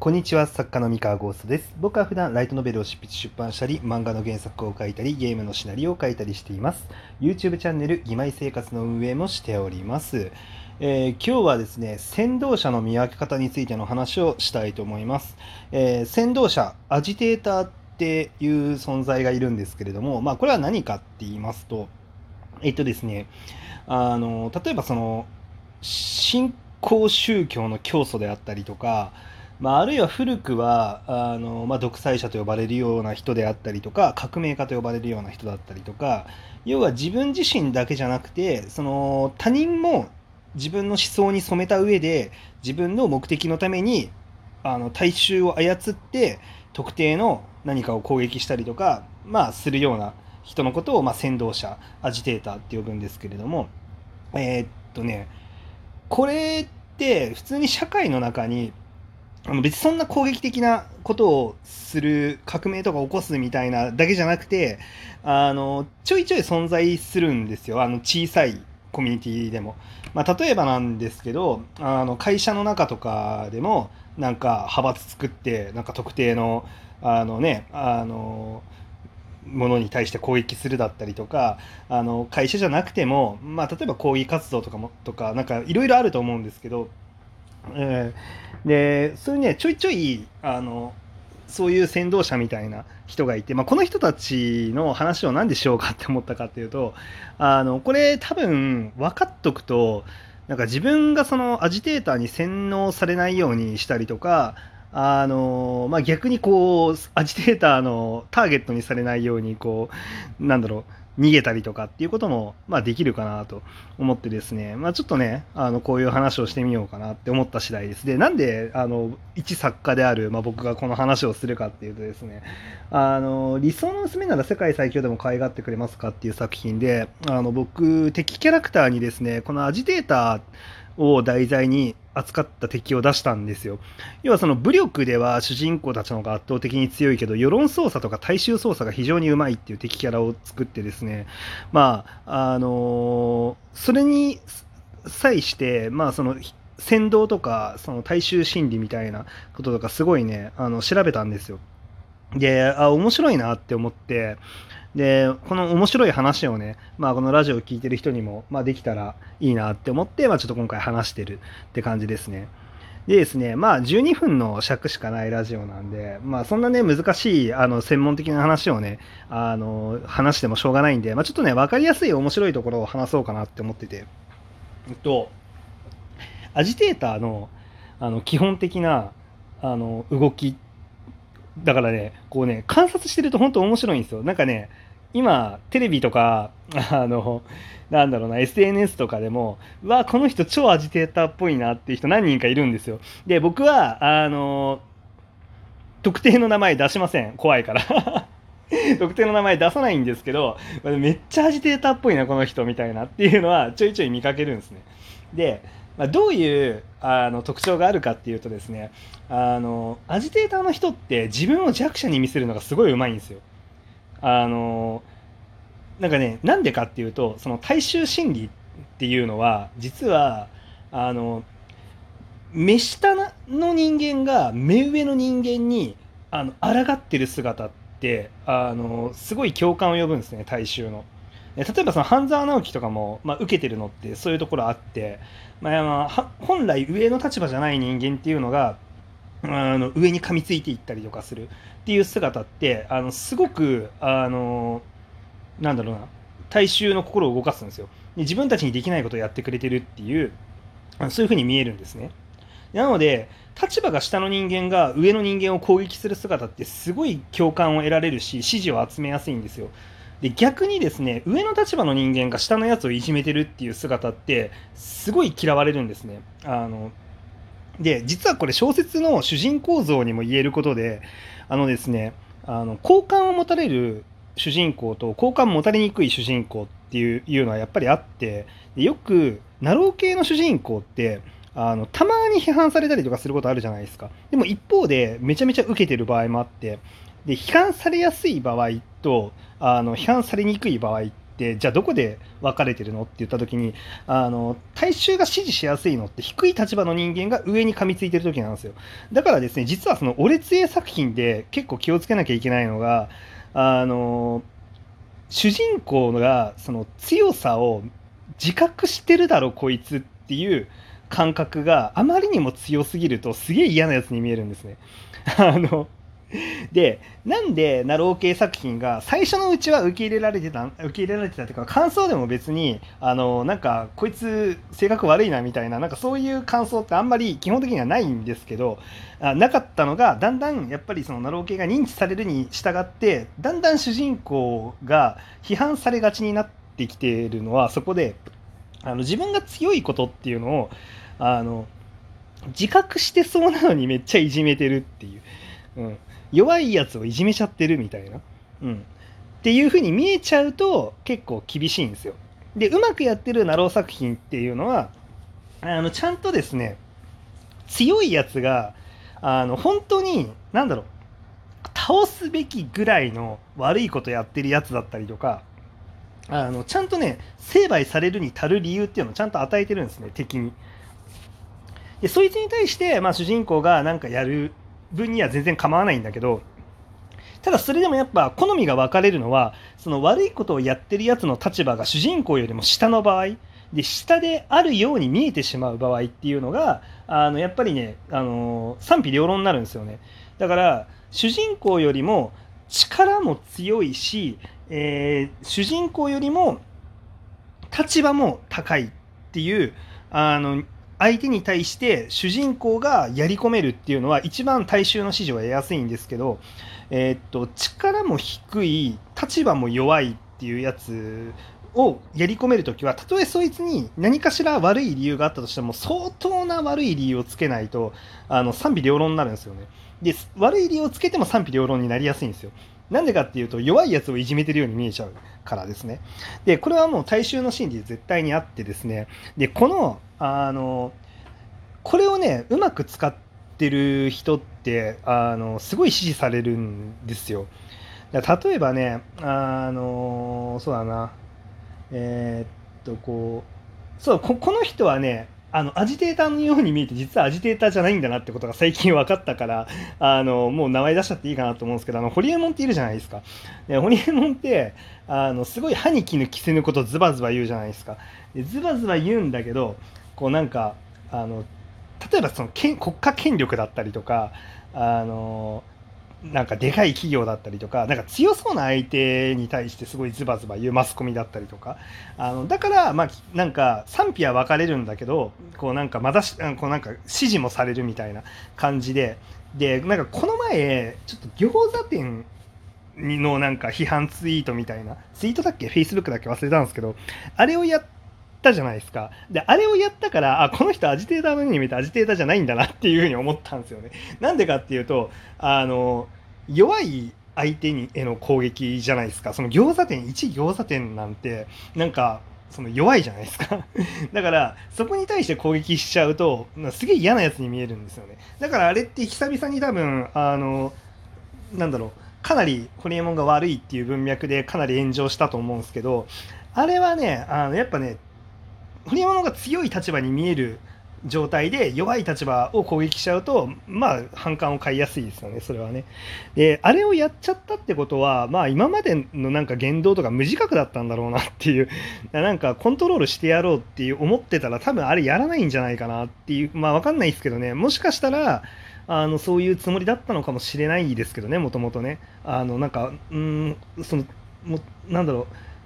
こんにちは、作家の三河ゴーストです。僕は普段ライトノベルを執筆出版したり、漫画の原作を書いたり、ゲームのシナリオを書いたりしています。YouTube チャンネル、義妹生活の運営もしております。今日はですね、先導者の見分け方についての話をしたいと思います。先導者、アジテーターっていう存在がいるんですけれども、これは何かって言いますと、ですね、例えば新興宗教の教祖であったりとか、あるいは古くは独裁者と呼ばれるような人であったりとか、革命家と呼ばれるような人だったりとか、要は自分自身だけじゃなくて、その他人も自分の思想に染めた上で、自分の目的のために大衆を操って特定の何かを攻撃したりとか、するような人のことを、先導者、アジテーターって呼ぶんですけれども、えーっとね、これって普通に社会の中に別にそんな攻撃的なことをする革命とか起こすみたいなだけじゃなくて、ちょいちょい存在するんですよ。小さいコミュニティでも。例えばなんですけど、会社の中とかでもなんか派閥作ってなんか特定のものに対して攻撃するだったりとか、会社じゃなくても、例えば抗議活動とかもとかなんかいろいろあると思うんですけど、でそういうね、ちょいちょいそういう先導者みたいな人がいて、この人たちの話を何でしようかって思ったかっていうと、これ多分分かっとくと、なんか自分がそのアジテーターに洗脳されないようにしたりとか、逆にこうアジテーターのターゲットにされないように逃げたりとかっていうことも、できるかなと思ってですね、ちょっとね、こういう話をしてみようかなって思った次第です。で、なんで、一作家である、僕がこの話をするかっていうとですね、理想の娘なら世界最強でも可愛がってくれますかっていう作品で、僕、敵キャラクターにですね、このアジテーターを題材に扱った敵を出したんですよ。要はその武力では主人公たちの方が圧倒的に強いけど、世論操作とか大衆操作が非常にうまいっていう敵キャラを作ってですね、それに際して、その先導とかその大衆心理みたいなこととかすごいね、調べたんですよ。で、面白いなって思って、で、この面白い話をね、このラジオを聞いてる人にも、できたらいいなって思って、ちょっと今回話してるって感じですね。でですね、12分の尺しかないラジオなんで、そんなね、難しい、専門的な話をね、話してもしょうがないんで、ちょっとね、わかりやすい面白いところを話そうかなって思ってて、アジテーターの、基本的な、動きだからね、こうね、観察してると本当面白いんですよ。なんかね、今、テレビとか、SNS とかでも、この人超アジテーターっぽいなっていう人何人かいるんですよ。で、僕は、特定の名前出しません。怖いから。特定の名前出さないんですけど、めっちゃアジテーターっぽいな、この人みたいなっていうのはちょいちょい見かけるんですね。で、どういう特徴があるかっていうとですね、アジテーターの人って自分を弱者に見せるのがすごいうまいんですよ。あのなんかね、なんでかっていうと、その大衆心理っていうのは実はあの目下の人間が目上の人間に抗ってる姿ってすごい共感を呼ぶんですね、大衆の。例えばその半沢直樹とかも、受けてるのってそういうところあって、本来上の立場じゃない人間っていうのが上に噛みついていったりとかするっていう姿ってすごくなんだろうな、大衆の心を動かすんですよ。で、自分たちにできないことをやってくれてるっていうそういうふうに見えるんですね。なので立場が下の人間が上の人間を攻撃する姿ってすごい共感を得られるし支持を集めやすいんですよ。で、逆にですね、上の立場の人間が下のやつをいじめてるっていう姿ってすごい嫌われるんですね。で、実はこれ小説の主人公像にも言えることで、ですね、好感を持たれる主人公と好感を持たれにくい主人公っていうのはやっぱりあって、でよくナロー系の主人公ってたまに批判されたりとかすることあるじゃないですか。でも一方でめちゃめちゃ受けてる場合もあって、で批判されやすい場合と批判されにくい場合っってじゃあどこで分かれてるのって言った時に大衆が支持しやすいのって低い立場の人間が上に噛みついてる時なんですよ。だからですね、実はそのオレツエ作品で結構気をつけなきゃいけないのがあの主人公がその強さを自覚してるだろこいつっていう感覚があまりにも強すぎるとすげえ嫌なやつに見えるんですね。あので、なんでナロー系作品が最初のうちは受け入れられてたっていうか、感想でも別になんかこいつ性格悪いなみたいな、なんかそういう感想ってあんまり基本的にはないんですけど、なかったのがだんだんやっぱりそのナロー系が認知されるに従ってだんだん主人公が批判されがちになってきているのはそこで、自分が強いことっていうのをあの自覚してそうなのにめっちゃいじめてるっていう、うん、弱いやつをいじめちゃってるみたいな、うん、っていう風に見えちゃうと結構厳しいんですよ。で、うまくやってるナロー作品っていうのはちゃんとですね、強いやつが本当になんだろう、倒すべきぐらいの悪いことやってるやつだったりとか、ちゃんとね成敗されるに足る理由っていうのをちゃんと与えてるんですね、敵に。でそいつに対して、主人公がなんかやる分には全然構わないんだけど、ただそれでもやっぱ好みが分かれるのはその悪いことをやってるやつの立場が主人公よりも下の場合で、下であるように見えてしまう場合っていうのがやっぱりね、賛否両論になるんですよね。だから主人公よりも力も強いし、主人公よりも立場も高いっていう相手に対して主人公がやり込めるっていうのは一番大衆の支持を得やすいんですけど、力も低い立場も弱いっていうやつをやり込めるときは、たとえそいつに何かしら悪い理由があったとしても相当な悪い理由をつけないと賛否両論になるんですよね。で、悪い理由をつけても賛否両論になりやすいんですよ。なんでかっていうと弱いやつをいじめてるように見えちゃうからですね。でこれはもう大衆の心理で絶対にあってですね、でこのこれをねうまく使ってる人ってすごい支持されるんですよ。例えばねそうだな、こうそうこの人はねアジテーターのように見えて実はアジテーターじゃないんだなってことが最近分かったからもう名前出しちゃっていいかなと思うんですけど、ホリエモンっているじゃないですか。でホリエモンってすごい歯に衣着せぬことズバズバ言うじゃないですか。でズバズバ言うんだけど、こうなんか例えばその国家権力だったりとかなんかでかい企業だったりとか、なんか強そうな相手に対してすごいズバズバ言うマスコミだったりとか、だからなんか賛否は分かれるんだけど、こうなんかまだこうなんか支持もされるみたいな感じで、なんかこの前ちょっと餃子店のなんか批判ツイートみたいなツイートだっけフェイスブックだっけ忘れたんですけど、あれをやったじゃないですか。であれをやったからこの人アジテーターのように見えてアジテーターじゃないんだなっていうふうに思ったんですよね。なんでかっていうと弱い相手にへの攻撃じゃないですか。その餃子店一餃子店なんてなんかその弱いじゃないですか。だからそこに対して攻撃しちゃうとすげえ嫌なやつに見えるんですよね。だからあれって久々に多分なんだろう、かなりホリエモンが悪いっていう文脈でかなり炎上したと思うんですけど、あれはねやっぱねホリエモンが強い立場に見える状態で弱い立場を攻撃しちゃうと反感を買いやすいですよね、それはね。であれをやっちゃったってことは今までのなんか言動とか無自覚だったんだろうなっていう、なんかコントロールしてやろうっていう思ってたら多分あれやらないんじゃないかなっていう、分かんないですけどね、もしかしたらそういうつもりだったのかもしれないですけどね、もともとねなんかそのなんだろう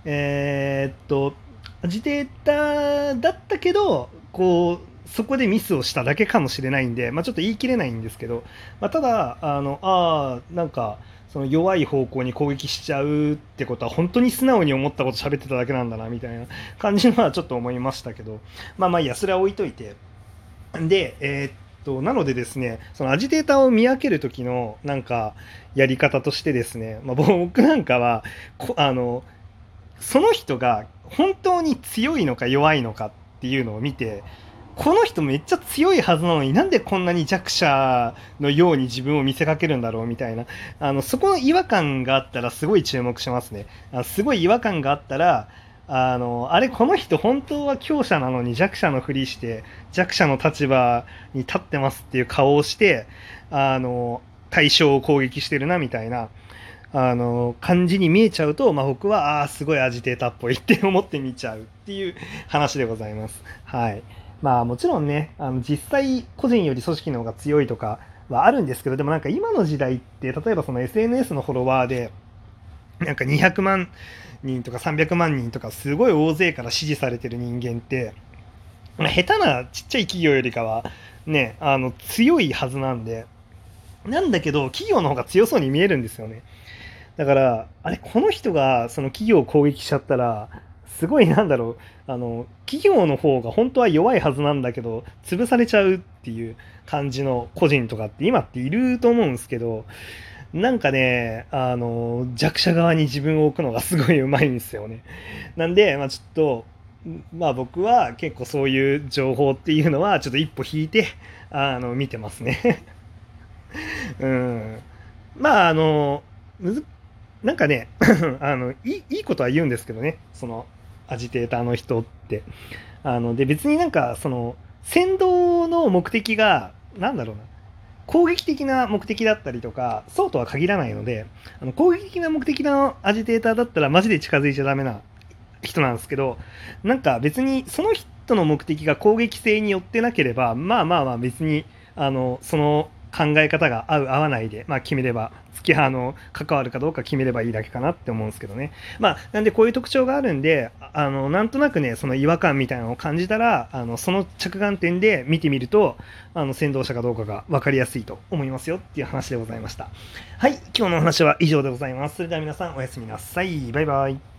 アジテーターだったけどこうそこでミスをしただけかもしれないんで、ちょっと言い切れないんですけど、ただなんかその弱い方向に攻撃しちゃうってことは本当に素直に思ったこと喋ってただけなんだなみたいな感じのはちょっと思いましたけど、いいや、それは置いといて。でなのでですね、そのアジテーターを見分ける時のなんかやり方としてですね、僕なんかはその人が本当に強いのか弱いのかっていうのを見てこの人めっちゃ強いはずなのになんでこんなに弱者のように自分を見せかけるんだろうみたいな、そこの違和感があったらすごい注目しますね。すごい違和感があったら、あれ、この人本当は強者なのに弱者のふりして弱者の立場に立ってますっていう顔をして、対象を攻撃してるなみたいな感じに見えちゃうと、まあ、僕はすごいアジテーターっぽいって思って見ちゃうっていう話でございます。はい。まあもちろんね、実際個人より組織の方が強いとかはあるんですけど、でもなんか今の時代って例えばその SNS のフォロワーでなんか200万人とか300万人とかすごい大勢から支持されてる人間って、まあ、下手なちっちゃい企業よりかはね、強いはずなんで、なんだけど企業の方が強そうに見えるんですよね。だから、あれ、この人がその企業を攻撃しちゃったら、すごいなんだろう、企業の方が本当は弱いはずなんだけど、潰されちゃうっていう感じの個人とかって今っていると思うんですけど、なんかね、弱者側に自分を置くのがすごい上手いんですよね。なんで、まあちょっと、まあ僕は結構そういう情報っていうのはちょっと一歩引いて、見てますね。うん。まあむずなんかねいいことは言うんですけどね、そのアジテーターの人って。で、別になんか、その、先導の目的が、なんだろうな、攻撃的な目的だったりとか、そうとは限らないので、攻撃的な目的のアジテーターだったらマジで近づいちゃダメな人なんですけど、なんか別にその人の目的が攻撃性によってなければ、まあまあまあ別に、その考え方が合う合わないで、まあ決めれば、関わるかどうか決めればいいだけかなって思うんですけどね。まあ、なんでこういう特徴があるんで、なんとなくね、その違和感みたいなのを感じたら、その着眼点で見てみると、先導者かどうかが分かりやすいと思いますよっていう話でございました。はい、今日のお話は以上でございます。それでは皆さんおやすみなさい。バイバイ。